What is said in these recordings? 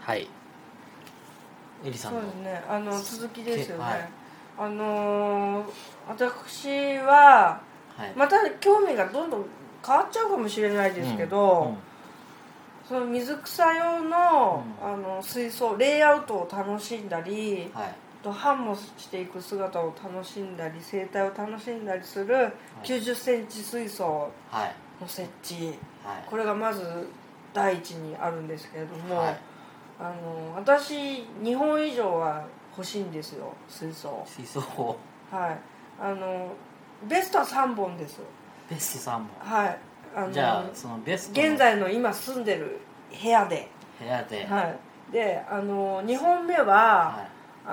はい。エリさんの。 そうですね。続きですよね。 はい、 私は、 はい、 また興味がどんどん変わっちゃうかもしれないですけど、その水草用の、水槽レイアウトを楽しんだり、 はい、 と繁茂していく姿を楽しんだり生態を楽しんだりする90センチ水槽の設置、 はい、 これがまず第一にあるんですけれども、 はい、 私2本以上は欲しいんですよ、水槽。 水槽。 はい、ベストは3本です。 ベスト3本。 はい。 じゃあそのベストの現在の今住んでる部屋で、はい、で2本目は、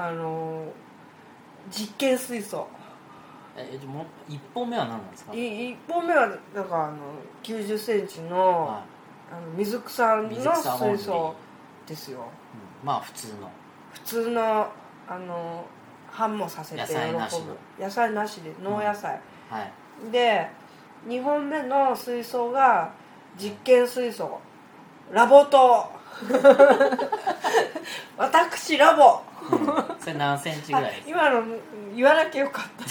実験水槽。 もう1本目は何なんですか 1本目はだから90センチの、水草の水槽ですよ。 まあ普通の繁茂させて喜ぶ野菜なしで農野菜、 はい、 で2本目の水槽が実験水槽、ラボ島私ラボ、 それ何センチぐらいですか？ 今の言わなきゃよかった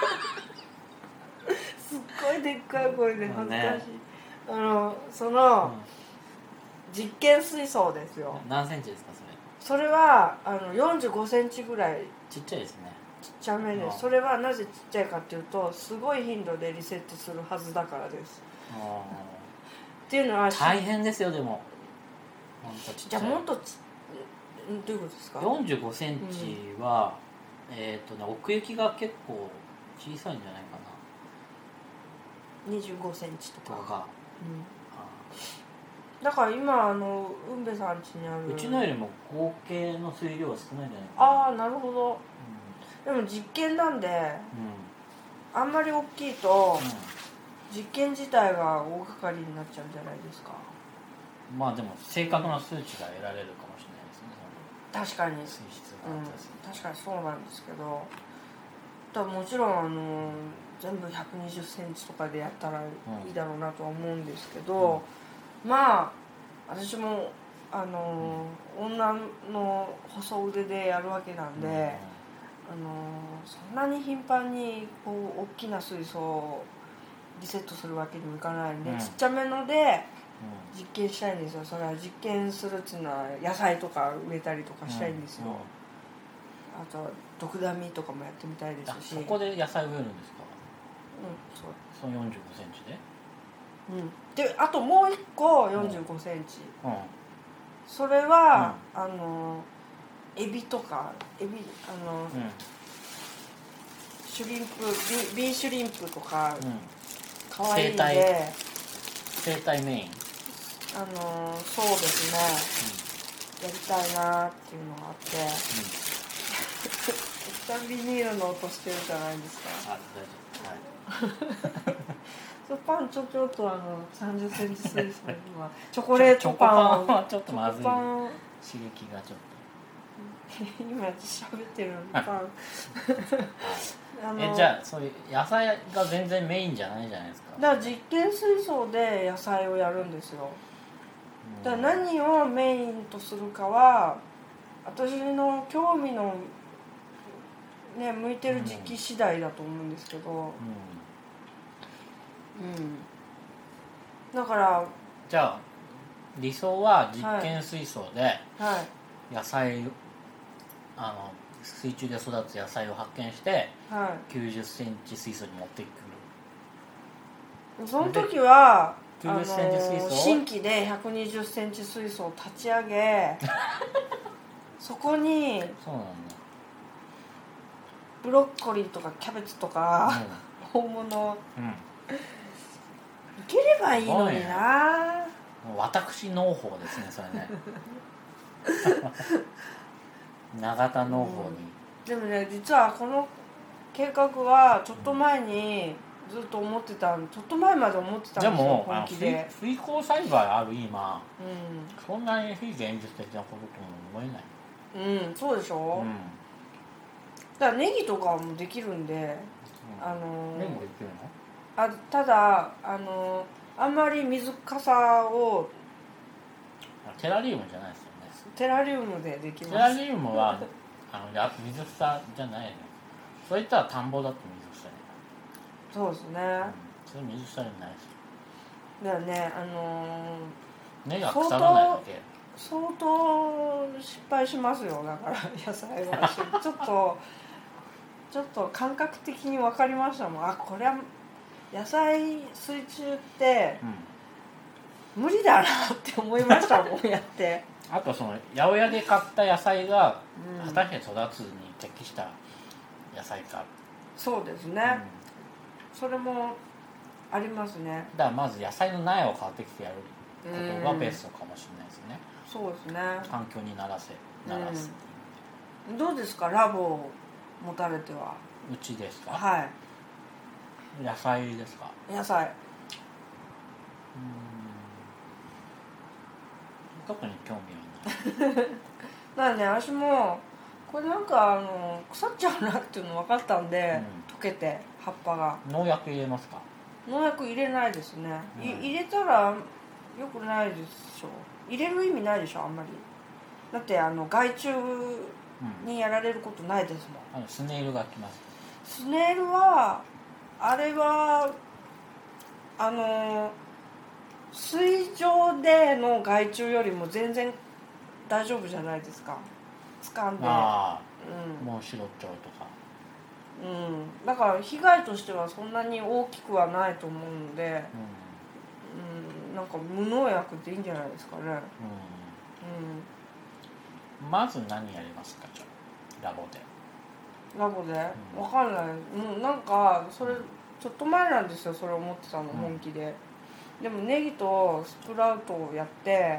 すっごいでっかい声で恥ずかしい、その、実験水槽ですよ。 何センチですかそれは45センチぐらい、 ちっちゃいですね。 ちっちゃめです。それはなぜちっちゃいかっていうと、すごい頻度でリセットするはずだからです。っていうのは大変ですよ。でも本当ちっちゃい。 じゃあもっとどういうことですか ？45センチは、奥行きが結構小さいんじゃないかな。25センチとか、だから今運部さん家にある、 うちのよりも合計の水量は少ないんじゃないかな。 ああ、なるほど、でも実験なんで、あんまり大きいと、実験自体が大掛かりになっちゃうんじゃないですか。 まあでも正確な数値が得られるかもしれないですね。 確かに水質があったりする、 確かにそうなんですけど、ただもちろん全部120センチとかでやったらいいだろうなとは思うんですけど、まあ私も女の細腕でやるわけなんで、そんなに頻繁にこう大きな水槽をリセットするわけにもいかないんで、ちっちゃめので実験したいんですよ。それは実験するっていうのは野菜とか植えたりとかしたいんですよ、あと毒ダミとかもやってみたいですし。 そこで野菜植えるんですか？ そう。 その45センチで、 であともう一個45センチ、それは、エビとかシュリンプ、ビーシュリンプとか、かわいいんで、 生態メイン、 そうですね、やりたいなっていうのがあって、一旦ビニールの音してるじゃないですか。 あ、大丈夫、はいパンちょっと30センチ水槽にはチョコレートパンはちょっとまずい、刺激がちょっと今喋ってるパンじゃあそういう野菜が全然メインじゃないじゃないですか。 だから実験水槽で野菜をやるんですよ。だから何をメインとするかは私の興味のね向いてる時期次第だと思うんですけど、だからじゃあ理想は実験水槽で野菜、水中で育つ野菜を発見して、90センチ水槽に持ってくる。その時は 90センチ水槽新規で120センチ水槽を立ち上げそこにそうなんだ、 ブロッコリーとかキャベツとか、本物、いければいいのにな。 私農法ですねそれね永田農法に、 でもね実はこの計画はちょっと前にずっと思ってた、ちょっと前まで思ってたんですよ。 でも本気で水耕栽培ある今、そんなに非現実的なこととも思えない。 そうでしょ、だからネギとかもできるんで、 ネギもできるの？ ただあんまり水かさをテラリウムじゃないですよね。 です。 テラリウムでできます。 テラリウムは水草じゃないの。そういったら田んぼだと水草にそうですね、 それ水草じゃないです。 だからね根が腐らないだけ。 相当失敗しますよ。だから野菜はちょっと感覚的に分かりましたもん。あ、これは野菜水中って無理だなって思いましたもんやって。 あとその八百屋で買った野菜が果たして育つに適した野菜か、 そうですね、それもありますね。 だからまず野菜の苗を買ってきてやることがベストかもしれないですね。 そうですね、 環境にならす、 どうですか、ラボを持たれては。 うちですか。 はい。 野菜ですか。 野菜特に興味はない。 だからね、私もこれなんか腐っちゃうなっていうの分かったんで、溶けて葉っぱが。 農薬入れますか。 農薬入れないですね、入れたらよくないでしょ。入れる意味ないでしょあんまり。だって害虫にやられることないですもん。 スネイルが来ます。 スネイルはあれは水上での害虫よりも全然大丈夫じゃないですか。掴んでもう白っちょいとか、 だから被害としてはそんなに大きくはないと思うので、なんか無農薬でいいんじゃないですかね。 まず何やりますか、じゃあラボで。 分かんない。なんかそれちょっと前なんですよ、それ思ってたの本気で。でもネギとスプラウトをやって、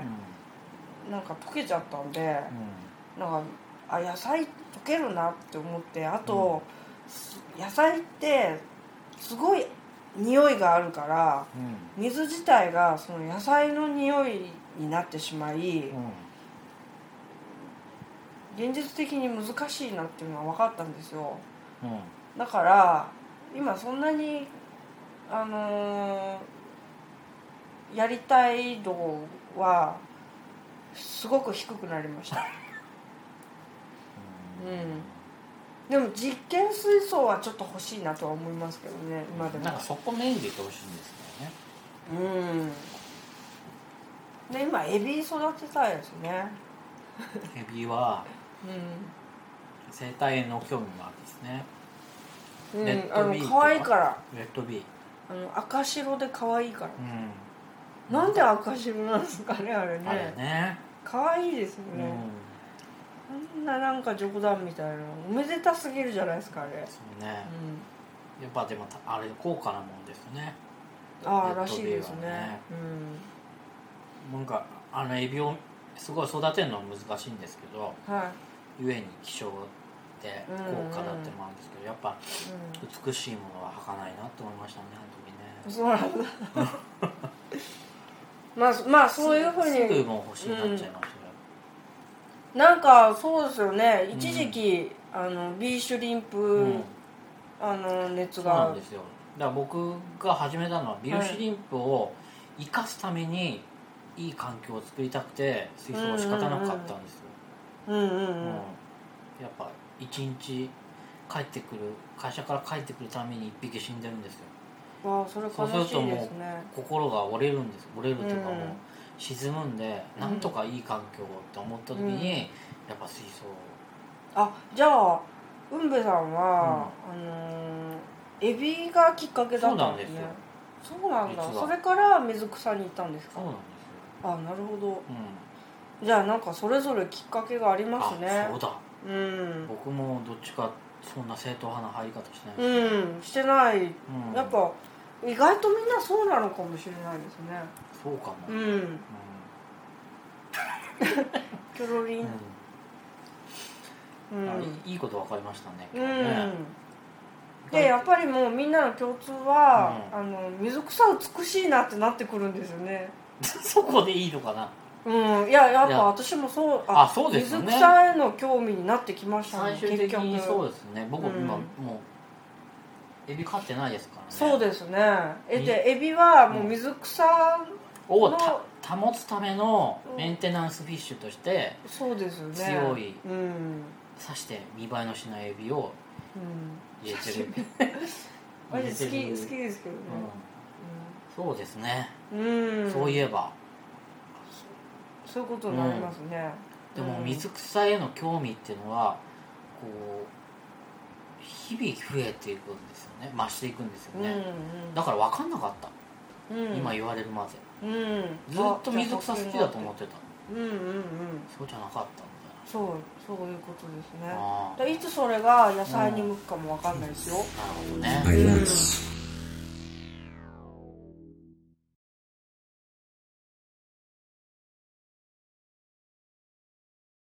なんか溶けちゃったんで、なんか野菜溶けるなって思って。あと、野菜ってすごい匂いがあるから、水自体がその野菜の匂いになってしまい、現実的に難しいなっていうのは分かったんですよ。だから今そんなにやりたい度はすごく低くなりました。でも実験水槽はちょっと欲しいなとは思いますけどね、今でも。 なんかそこメインでいてほしいんですけどね。 で今エビ育てたいですね。 エビは、生態への興味もあるんですね。レッドビー可愛いから。 レッドビー赤白で可愛いから、なんで赤白なんですかね、あれね。 あれね、 可愛いですよね。あんななんか冗談みたいな、おめでたすぎるじゃないですかあれ。 そうね、やっぱでもあれ高価なもんですね。 らしいですね。 なんかエビをすごい育てるのは難しいんですけど、ゆえに希少で高価だってもあるんですけど、やっぱ美しいものは儚かないなって思いましたね、あの時ね。 そうなんだ。まあそういうふうにすぐもう欲しいなっちゃいましたよ。 なんかそうですよね、一時期ビーシュリンプ熱が。そうなんですよ。だから僕が始めたのはビーシュリンプを生かすためにいい環境を作りたくて水槽を仕方なかったんですよ。やっぱ一日会社から帰ってくるために1匹死んでるんですよ。 それ悲しいですね。そうするともう心が折れるんです。折れるというかもう沈むんで、なんとかいい環境って思った時に、やっぱ水槽。 じゃあ運部さんは、エビがきっかけだったんですね。そうなんだ。それから水草に行ったんですか。 そうなんですよ。 なるほど。じゃあなんかそれぞれきっかけがありますね。 そうだ。僕もどっちかそんな正統派な入り方してないです。 してない。やっぱ意外とみんなそうなのかもしれないですね。 そうかも。 キョロリン。 いいこと分かりましたね。 でやっぱりもうみんなの共通は、水草美しいなってなってくるんですよね。 そこでいいのかな。 やっぱ私もそうですよね。水草への興味になってきましたね。 最終的にそうですね。僕今もうエビ飼ってないですからね。 そうですね。でエビはもう水草の保つためのメンテナンスフィッシュとしてそうですね強い、 うん、 刺して見栄えのしないエビを入れてる、 好きですけどね、 そうですね、 そういえばそういうことになりますね、 でも水草への興味っていうのはこう日々増えていくんですよね、増していくんですよね、だから分かんなかった、今言われるまで、ずっと水草好きだと思ってた、そうじゃなかったんだ、 そういうことですね。いつそれが野菜に向くかも分かんないですよ、 なるほどね、